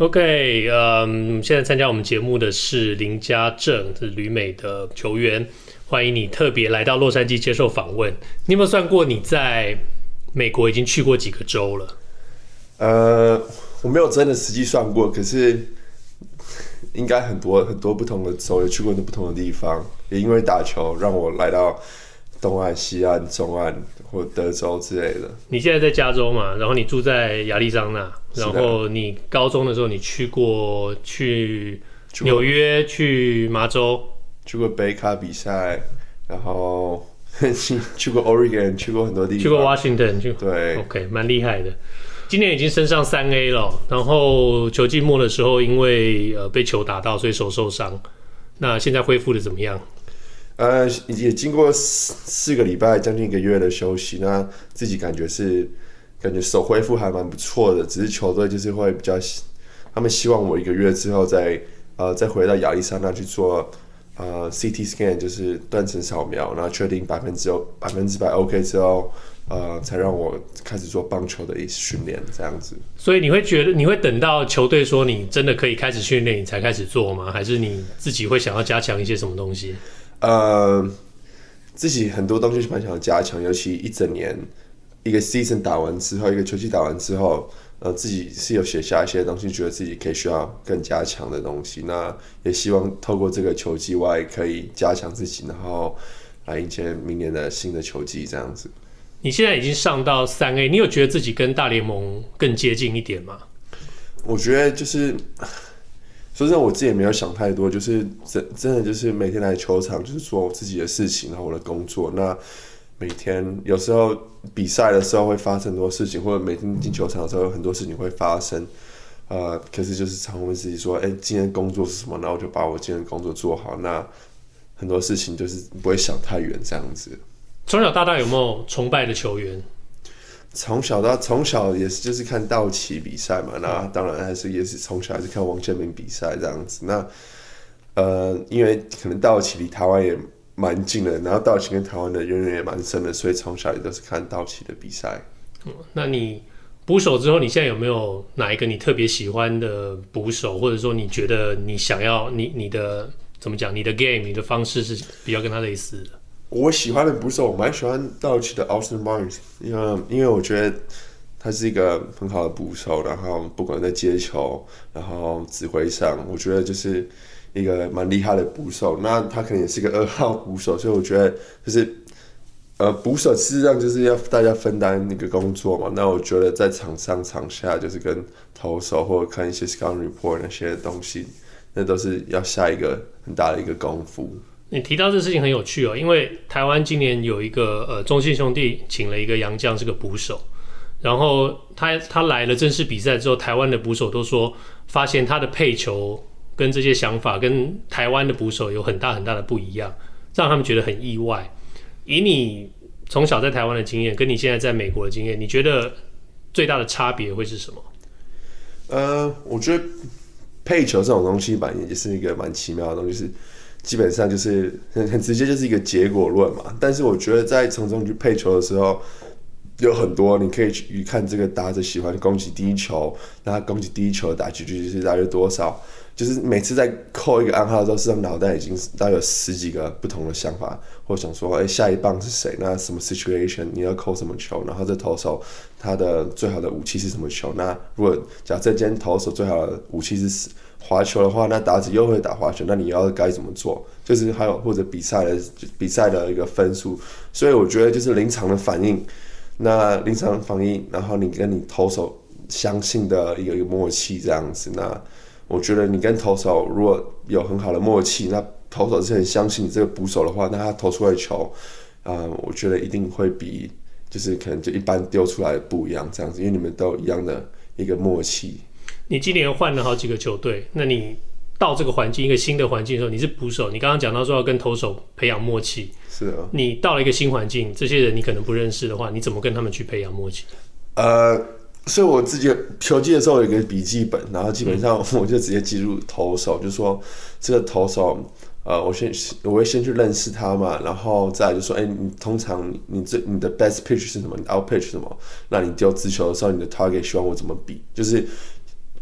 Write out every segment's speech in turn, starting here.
OK，现在参加我们节目的是林家正，是旅美的球员，欢迎你特别来到洛杉矶接受访问。你有没有算过你在美国已经去过几个州了？ 我没有真的实际算过，可是应该很多不同的州，也去过很多不同的地方。也因为打球，让我来到东岸、西岸、中岸或德州之类的。 你现在在加州嘛，然后你住在亚利桑那，然后你高中的时候你去纽约、去麻州， 去过北卡比赛，然后去过 Oregon， 去过很多地方， 去过 Washington， 对 ，OK， 蛮厉害的。今年已经升上3A 了，然后球季末的时候因为被球打到，所以手受伤。那现在恢复的怎么样？ 也经过4个礼拜，将近1个月的休息，那自己感觉手恢复还蛮不错的，只是球队就是会比较，他们希望我1个月之后再回到亚利桑那去做CT scan， 就是断层扫描，然后确定100%OK 之后，才让我开始做棒球的训练这样子。 所以你会等到球队说你真的可以开始训练，你才开始做吗？还是你自己会想要加强一些什么东西？ 自己很多东西蛮想要加强，尤其一整年一个 season 打完之后，一个球季打完之后，自己是有写下一些东西，觉得自己需要更加强的东西。那也希望透过这个球季，我也可以加强自己，然后来迎接明年的新的球季这样子。 你现在已经上到3A， 你有觉得自己跟大联盟更接近一点吗？ 我觉得就是说真的，我自己也没有想太多，就是真的就是每天来球场就是做我自己的事情，然后我的工作。那每天有时候比赛的时候会发生很多事情，或者每天进球场的时候有很多事情会发生。可是就是常问自己说，今天工作是什么？然后我就把我今天的工作做好。那很多事情就是不会想太远这样子。 从小到大有没有崇拜的球员？ 从小也是就是看道奇比赛嘛，那当然也是从小还是看王建民比赛这样子。那因为可能道奇离台湾也蛮近的，然后道奇跟台湾的渊源也蛮深的，所以从小也都是看道奇的比赛。 那你捕手之后，你现在有没有哪一个你特别喜欢的捕手，或者说你觉得你想要你的怎么讲，你的 game 你的方式是比较跟他类似的？ 我喜欢的捕手，我蛮喜欢道奇的 Austin Barnes， 因为我觉得他是一个很好的捕手，然后不管在接球，然后指挥上，我觉得就是一个蛮厉害的捕手。那他可能也是一个2号捕手，所以我觉得就是捕手事实上就是要大家分担那个工作嘛。那我觉得在场上场下就是跟投手或者看一些 scouting report 那些东西，那都是要下一个很大的一个功夫。 你提到这事情很有趣哦，因为台湾今年有一个中信兄弟请了一个洋将，是个捕手，然后他来了正式比赛之后，台湾的捕手都说发现他的配球跟这些想法跟台湾的捕手有很大很大的不一样，让他们觉得很意外。以你从小在台湾的经验，跟你现在在美国的经验，你觉得最大的差别会是什么？ 我觉得配球这种东西本来也是一个蛮奇妙的东西，是基本上就是很直接，就是一个结果论嘛。但是我觉得在从中去配球的时候，有很多你可以去看这个打者喜欢攻击第一球，那他攻击第一球的打击率是大约多少？就是每次在扣一个暗号的时候，事实上脑袋已经大概有10几个不同的想法，或想说，下一棒是谁？那什么 situation 你要扣什么球？然后这投手他的最好的武器是什么球？那如果假设今天投手最好的武器是滑球的话，那打者又会打滑球，那你要该怎么做？就是还有或者比赛的一个分数，所以我觉得就是临场的反应，那临场反应，然后你跟你投手相信的一个默契这样子。那我觉得你跟投手如果有很好的默契，那投手是很相信你这个捕手的话，那他投出来的球，我觉得一定会比就是可能就一般丢出来的不一样这样子，因为你们都有一样的一个默契。 你今年换了好几个球队，那你到这个环境，一个新的环境的时候，你是捕手，你刚刚讲到说要跟投手培养默契， 是的。你到了一个新环境，这些人你可能不认识的话，你怎么跟他们去培养默契？ 所以我自己球季的时候有一个笔记本，然后基本上我就直接记录投手，就说这个投手，我会先去认识他嘛，然后再来就说，你通常你的 best pitch 是什么？你 out pitch 是什么？那你丢直球的时候，你的 target 希望我怎么比？就是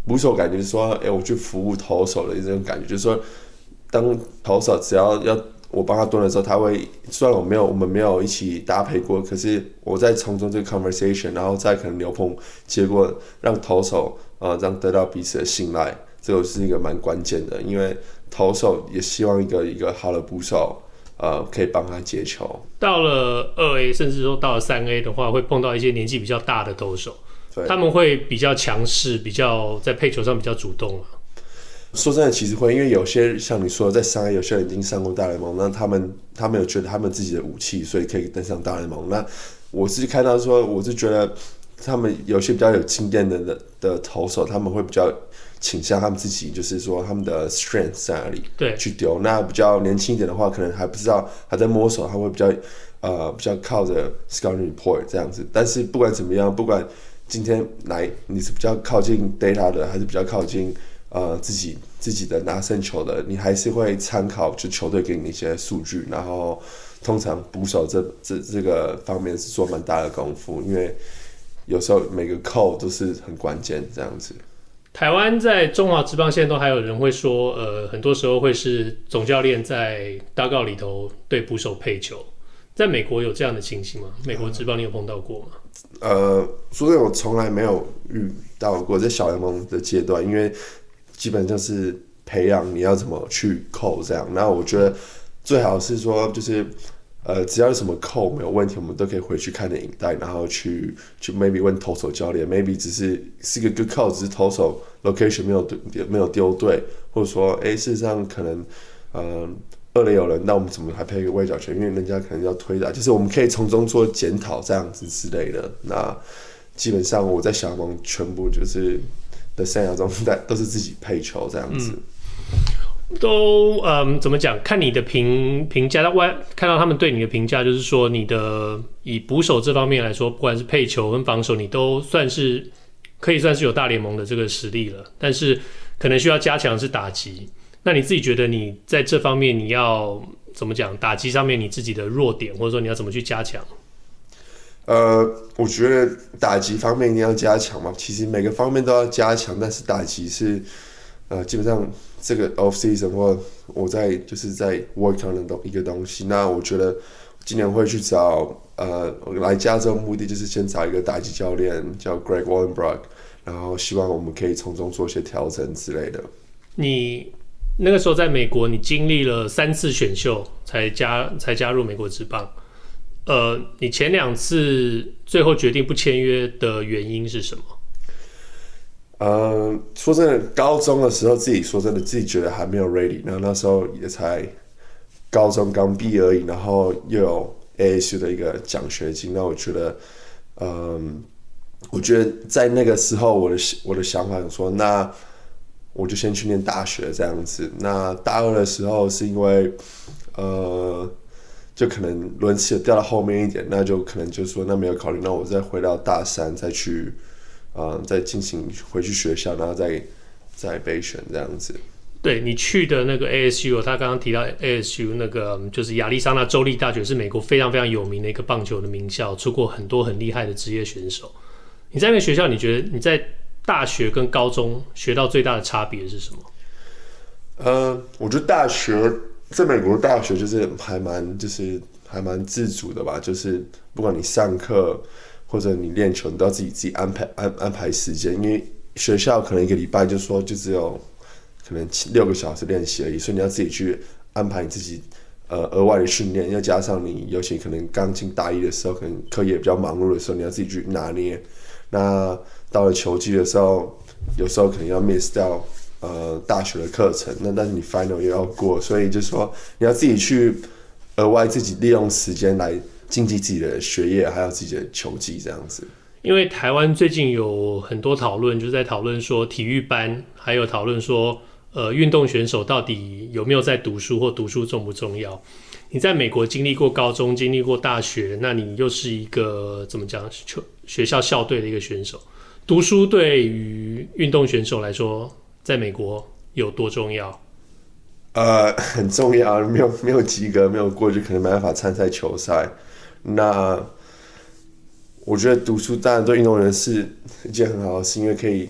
捕手感觉就是说，我去服务投手的这种感觉，就是说，当投手只要我帮他蹲的时候，他会虽然我们没有一起搭配过，可是我在从中这个 conversation， 然后再可能牛棚接过，让投手让得到彼此的信赖，这个是一个蛮关键的，因为投手也希望一个好的捕手。可以帮他接球。 到了2A，甚至说到了3A 的话，会碰到一些年纪比较大的投手，他们会比较强势，比较在配球上比较主动嘛。 说真的，其实会，因为有些像你说的，在3A 有些人已经上过大联盟，那他们有觉得他们自己的武器，所以可以登上大联盟。那我是看到说，我是觉得他们有些比较有经验的投手，他们会比较倾向他们自己，就是说他们的 strength 在哪里， 对， 去丢。那比较年轻一点的话，可能还不知道，还在摸索，他会比较靠着 scouting report 这样子。但是不管怎么样，不管今天你是比较靠近 data 的，还是比较靠近自己的拿胜球的，你还是会参考就球队给你一些数据，然后通常捕手这个方面是做蛮大的功夫，因为有时候每个扣都是很关键这样子。 台湾在中华职棒现在都还有人会说，很多时候会是总教练在dugout里头对捕手配球，在美国有这样的情形吗？美国职棒你有碰到过吗？ 说真的，我从来没有遇到过在小联盟的阶段，因为基本上是培养你要怎么去扣这样。那我觉得最好是说就是只要有什么扣没有问题，我们都可以回去看的影带，然后去 maybe 问投手教练 ，maybe 只是个 good call， 只是投手 location 没有丢对，或者说事实上可能二垒有人，那我们怎么还配一个外角球？因为人家可能要推打，就是我们可以从中做检讨这样子之类的。那基本上我在小联盟全部就是的生涯中都是自己配球这样子。 都怎么讲？看你的评价，看到他们对你的评价，就是说你的以捕手这方面来说，不管是配球跟防守，你都可以算是有大联盟的这个实力了。但是可能需要加强是打击。那你自己觉得你在这方面你要怎么讲？打击上面你自己的弱点，或者说你要怎么去加强？ 我觉得打击方面一定要加强嘛。其实每个方面都要加强，但是打击是基本上这个 off season 或我就是在 work on 的一个东西。那我觉得今年会去找来加州目的就是先找一个打击教练叫 Greg Wallenbrock， 然后希望我们可以从中做一些调整之类的。 你那个时候在美国，你经历了3次选秀才加入美国职棒。你前2次最后决定不签约的原因是什么？ 说真的，高中的时候自己觉得还没有 ready， 然后那时候也才高中刚毕业而已，然后又有 ASU 的一个奖学金，那我觉得在那个时候我的想法是说，那我就先去念大学这样子。那大2的时候是因为就可能轮次掉到后面一点，那就可能就说那没有考虑，那我再回到大3再去再进行回去学校，然后再备选这样子。 对，你去的那个 ASU， 他刚刚提到 ASU 那个就是亚利桑那州立大学，是美国非常非常有名的一个棒球的名校，出过很多很厉害的职业选手。你在那个学校，你觉得你在大学跟高中学到最大的差别是什么？ 我觉得在美国大学就是还蛮自主的吧，就是不管你上课或者你练球，你都要自己安排时间，因为学校可能一个礼拜就只有可能6个小时练习而已，所以你要自己去安排你自己额外的训练，要加上你尤其可能刚进大1的时候，可能课业比较忙碌的时候，你要自己去拿捏。那到了球季的时候，有时候可能要 miss 掉大学的课程，那但是你 final 又要过，所以就是说你要自己去额外自己利用时间来经济自己的学业，还有自己的球技这样子。 因为台湾最近有很多讨论，就是在讨论说体育班，还有讨论说运动选手到底有没有在读书，或读书重不重要。你在美国经历过高中，经历过大学，那你又是一个怎么讲学校校队的一个选手，读书对于运动选手来说，在美国有多重要？ 很重要，没有及格，没有过就可能没办法参赛球赛。那我觉得读书当然对运动员是一件很好的事，因为可以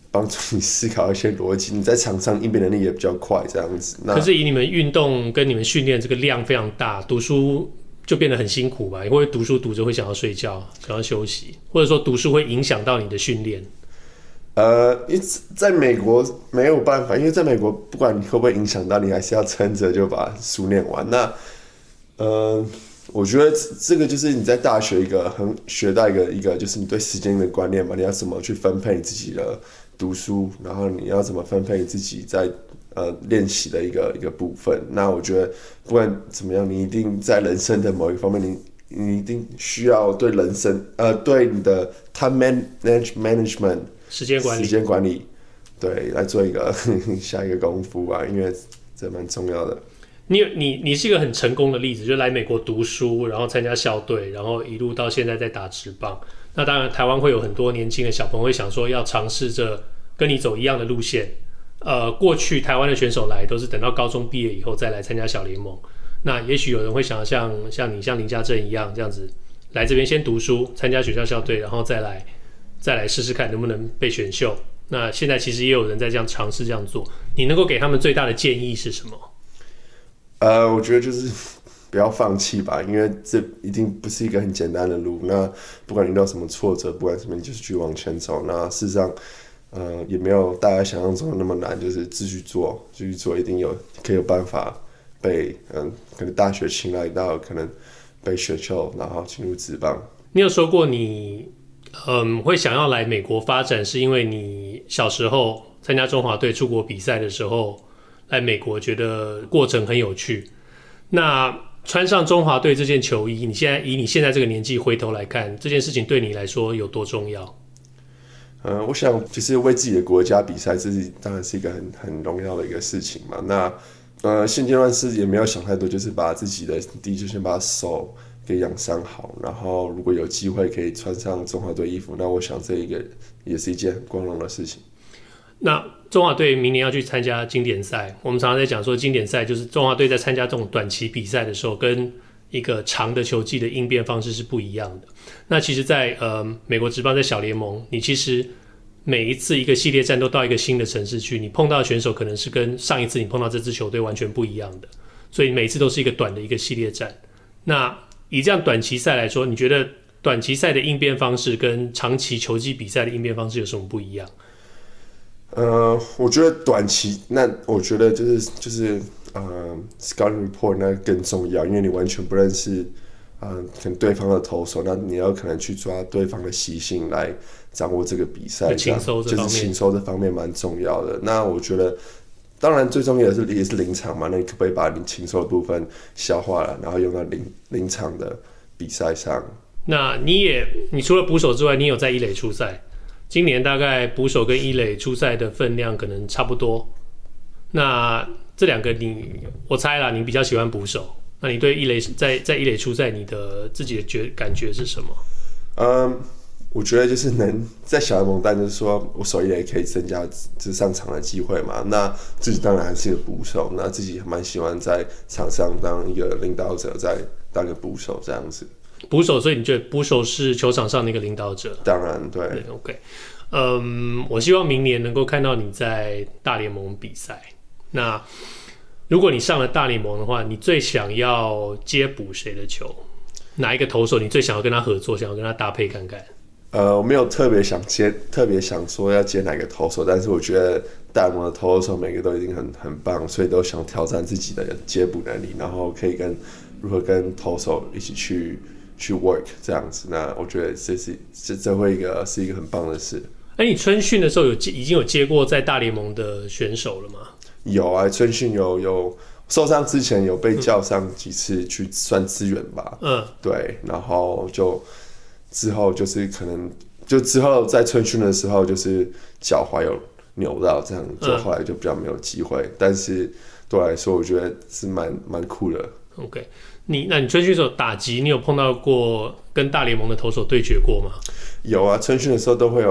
帮助你思考一些逻辑，你在场上应变能力也比较快，这样子。 可是以你们运动跟你们训练这个量非常大，读书就变得很辛苦吧？你会读书读着会想要睡觉，想要休息，或者说读书会影响到你的训练？ 因为在美国没有办法，因为在美国不管你会不会影响到你，还是要撑着就把书念完。那我觉得这个就是你在大学学到一个就是你对时间的观念嘛，你要怎么去分配你自己的读书，然后你要怎么分配你自己在练习的一个部分。那我觉得不管怎么样，你一定在人生的某一方面，你一定需要对人生对你的 time management 时间管理对来做一个下一个功夫吧，因为这蛮重要的。 你是一个很成功的例子，就来美国读书，然后参加校队，然后一路到现在在打职棒。那当然，台湾会有很多年轻的小朋友会想说要尝试着跟你走一样的路线。过去台湾的选手来都是等到高中毕业以后再来参加小联盟。那也许有人会想要像你像林家正一样这样子来这边先读书，参加学校校队，然后再来试试看能不能被选秀。那现在其实也有人在这样尝试这样做。你能够给他们最大的建议是什么？ 我觉得就是不要放弃吧，因为这一定不是一个很简单的路。那不管遇到什么挫折，不管什么，你就是继续往前走。那事实上，也没有大家想象中的那么难，就是继续做，一定可以有办法被可能大学青睐到，可能被选秀，然后进入职棒。 你有说过你会想要来美国发展，是因为你小时候参加中华队出国比赛的时候。来美国觉得过程很有趣，那穿上中华队这件球衣，你现在这个年纪回头来看，这件事情对你来说有多重要？ 我想就是为自己的国家比赛，当然是一个很荣耀的一个事情嘛。那现阶段是也没有想太多，就是把自己的第一就先把手给养伤好，然后如果有机会可以穿上中华队衣服，那我想这一个也是一件很光荣的事情。 那中华队明年要去参加经典赛，我们常常在讲说，经典赛就是中华队在参加这种短期比赛的时候，跟一个长的球季的应变方式是不一样的。那其实在，美国职棒在小联盟，你其实每一次一个系列战都到一个新的城市去，你碰到的选手可能是跟上一次你碰到这支球队完全不一样的，所以每次都是一个短的一个系列战。那以这样短期赛来说，你觉得短期赛的应变方式跟长期球季比赛的应变方式有什么不一样？ 我觉得短期，那我觉得就是scouting report 那更重要，因为你完全不认识可能对方的投手，那你要可能去抓对方的习性来掌握这个比赛，就是情收这方面蛮重要的。那我觉得，当然最重要的也是临场嘛，那你可不可以把你情收的部分消化了，然后用到临场的比赛上？ 那你除了捕手之外，你有在一垒出赛？今年大概捕手跟一垒出赛的分量可能差不多。那这两个我猜啦，你比较喜欢捕手。那你对一垒在一垒出赛，你的自己的感觉是什么？ 我觉得就是能在小联盟，但就是说我守一垒可以增加就是上场的机会嘛。那自己当然还是一个捕手，那自己蛮喜欢在场上当一个领导者，再当个捕手这样子。 捕手，所以你觉得捕手是球场上的一个领导者？ 当然，对。 OK，我希望明年能够看到你在大联盟比赛。那如果你上了大联盟的话，你最想要接捕谁的球？哪一个投手你最想要跟他合作，想要跟他搭配看看？ 我没有特别想说要接哪个投手，但是我觉得大联盟的投手每个都已经很棒，所以都想挑战自己的接捕能力，然后可以如何跟投手一起去 work 这样子。那我觉得这会是一个很棒的事。 你春训的时候已经有接过在大联盟的选手了吗？ 有啊，春训有受伤之前有被叫上几次去算支援吧。对，然后之后就是可能之后在春训的时候就是脚踝有扭到，这样就后来就比较没有机会。但是对我来说，我觉得是蛮酷的。 OK， 那你春训的时候打击，你有碰到过跟大联盟的投手对决过吗？ 有啊，春训的时候都会有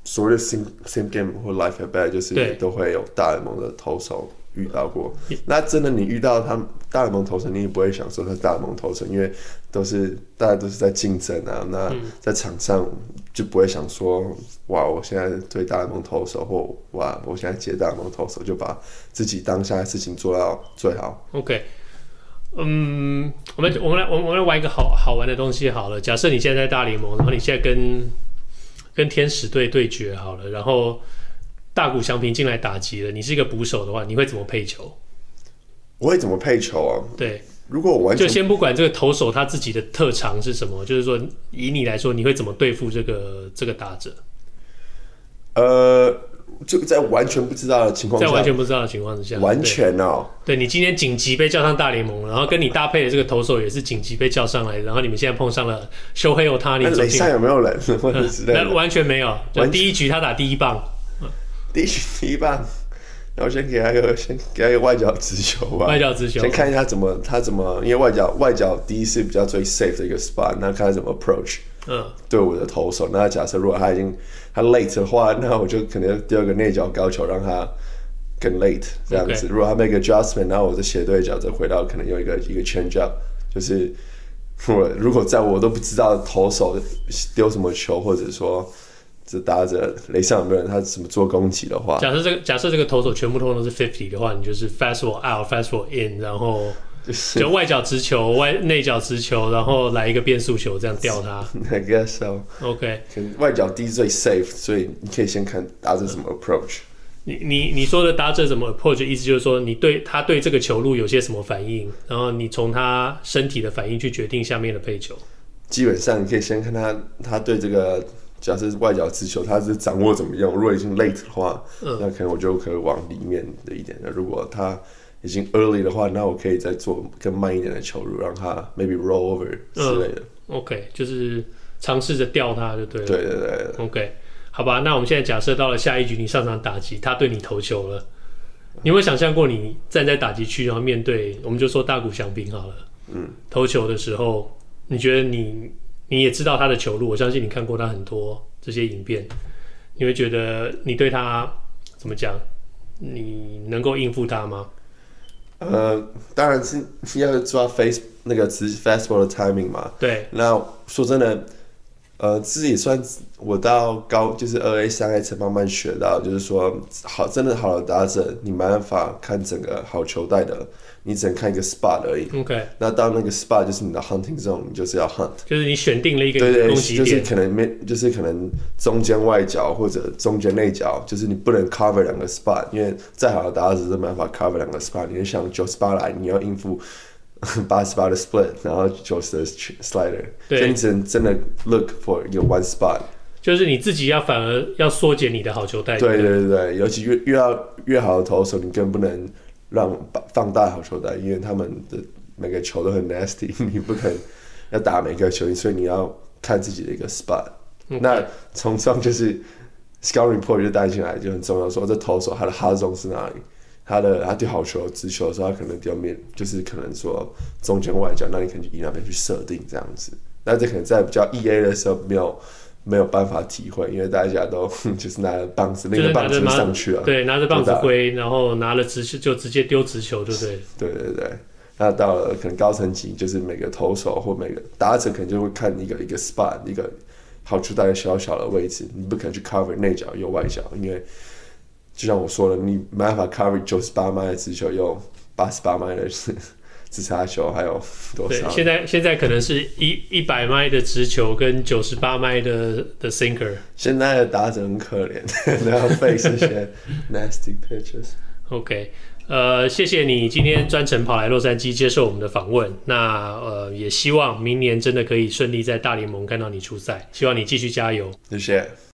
所谓的 sim game 或 life at bat， 就是都会有大联盟的投手遇到过。那真的你遇到他们大联盟投手，你也不会想说他是大联盟投手，因为大家都是在竞争啊。那在场上就不会想说，哇，我现在对大联盟投手，或哇，我现在接大联盟投手，就把自己当下的事情做到最好。 OK。我们来玩一个好玩的东西好了。假设你现在在大联盟，然后你现在跟天使队对决好了，然后大谷翔平进来打击了，你是一个捕手的话，你会怎么配球？ 我会怎么配球啊？ 对， 如果我完全就先不管这个投手他自己的特长是什么，就是说以你来说，你会怎么对付这个打者？ 就在完全不知道的情况下， 在完全不知道的情况之下， 完全哦， 对你今天紧急被叫上大联盟，然后跟你搭配的这个投手也是紧急被叫上来，然后你们现在碰上了Shohei Ohtani， 那垒上有没有人或者之类的？ 那完全没有，就第一局他打第一棒， 第一棒，那我先给他一个外角直球吧。 外角直球， 先看一下他怎么，因为外角第一是比较最 safe 的一个 spot， 那看他怎么 approach。对我的投手，那假设如果他 late 的话，那我就可能丢个内角高球让他更 late 这样子。如果他 make adjustment， 然后我再斜对角再回到可能有一个 change up， 就是如果在我都不知道投手丢什么球，或者说这打者垒上有没有人他怎么做攻击的话， 假设这个投手全部通通都是50的话，你就是 fastball out fastball in， 然后就外角直球内角直球，然后来一个变速球这样吊他。 I guess so。 OK， 外角低最 safe， 所以你可以先看打者怎么 approach。 你说的打者怎么 approach， 意思就是说他对这个球路有些什么反应，然后你从他身体的反应去决定下面的配球。 基本上你可以先看他对这个，假设是外角直球，他是掌握怎么用。如果已经 late 的话，那可能我就可以往里面的一点。那如果他已经 early 的话，那我可以再做更慢一点的球路，让他 maybe roll over 之类的。 OK， 就是尝试着吊他就对了。 对对对。 OK， 好吧，那我们现在假设到了下一局，你上场打击，他对你投球了，你有没有想象过你站在打击区，然后面对我们就说大谷翔平好了，投球的时候，你觉得你也知道他的球路，我相信你看过他很多这些影片，你会觉得你对他怎么讲？你能够应付他吗？ 当然是要抓那个fastball 的 timing 嘛。 对。 那说真的，这也算我到就是2A 3A 才慢慢学到，就是说真的好的打者，你没办法看整个好球带的，你只能看一个 spot 而已。 OK。 那到那个 spot 就是你的 hunting zone， 你就是要 hunt。 就是你选定了一个攻击点， 就是可能中间外角或者中间内角，就是你不能 cover 两个 spot， 因为再好的打者都没办法 cover 两个 spot。你就想98来，你要应付88的 split， 然后90的 slider， 所以你只能真的 look for 一个 one spot。 就是你自己反而要缩减你的好球带。 对对对，尤其越好的投手，你更不能放大好球带，因为他们的每个球都很 nasty， 你不可能要打每个球，所以你要看自己的一个 spot。那从中就是 scout report 就带进来，就很重要，说这投手他的 hot zone 是哪里。他丢好球直球的时候，他可能丢面，就是可能说中间外角，那你可能就以那边去设定这样子。那这可能在比较 EA 的时候没有办法体会，因为大家都就是拿着棒子，那个棒子就上去了， 对，拿着棒子挥，然后拿了直球就直接丢直球，对不对？ 对对对。那到了可能高层级，就是每个投手或每个打者可能就会看一个 spot， 一个好球带小小的位置，你不可能去 cover 内角又外角，因为就像我说的，你没办法 cover 98迈的直球，又88迈的直插球，还有多少？ 对，现在可能是100迈的直球跟98迈的 sinker。 现在的打者很可怜，然后 face 一些 nasty pitches。 OK， 谢谢你今天专程跑来洛杉矶接受我们的访问。那也希望明年真的可以顺利在大联盟看到你出赛，希望你继续加油。 谢谢。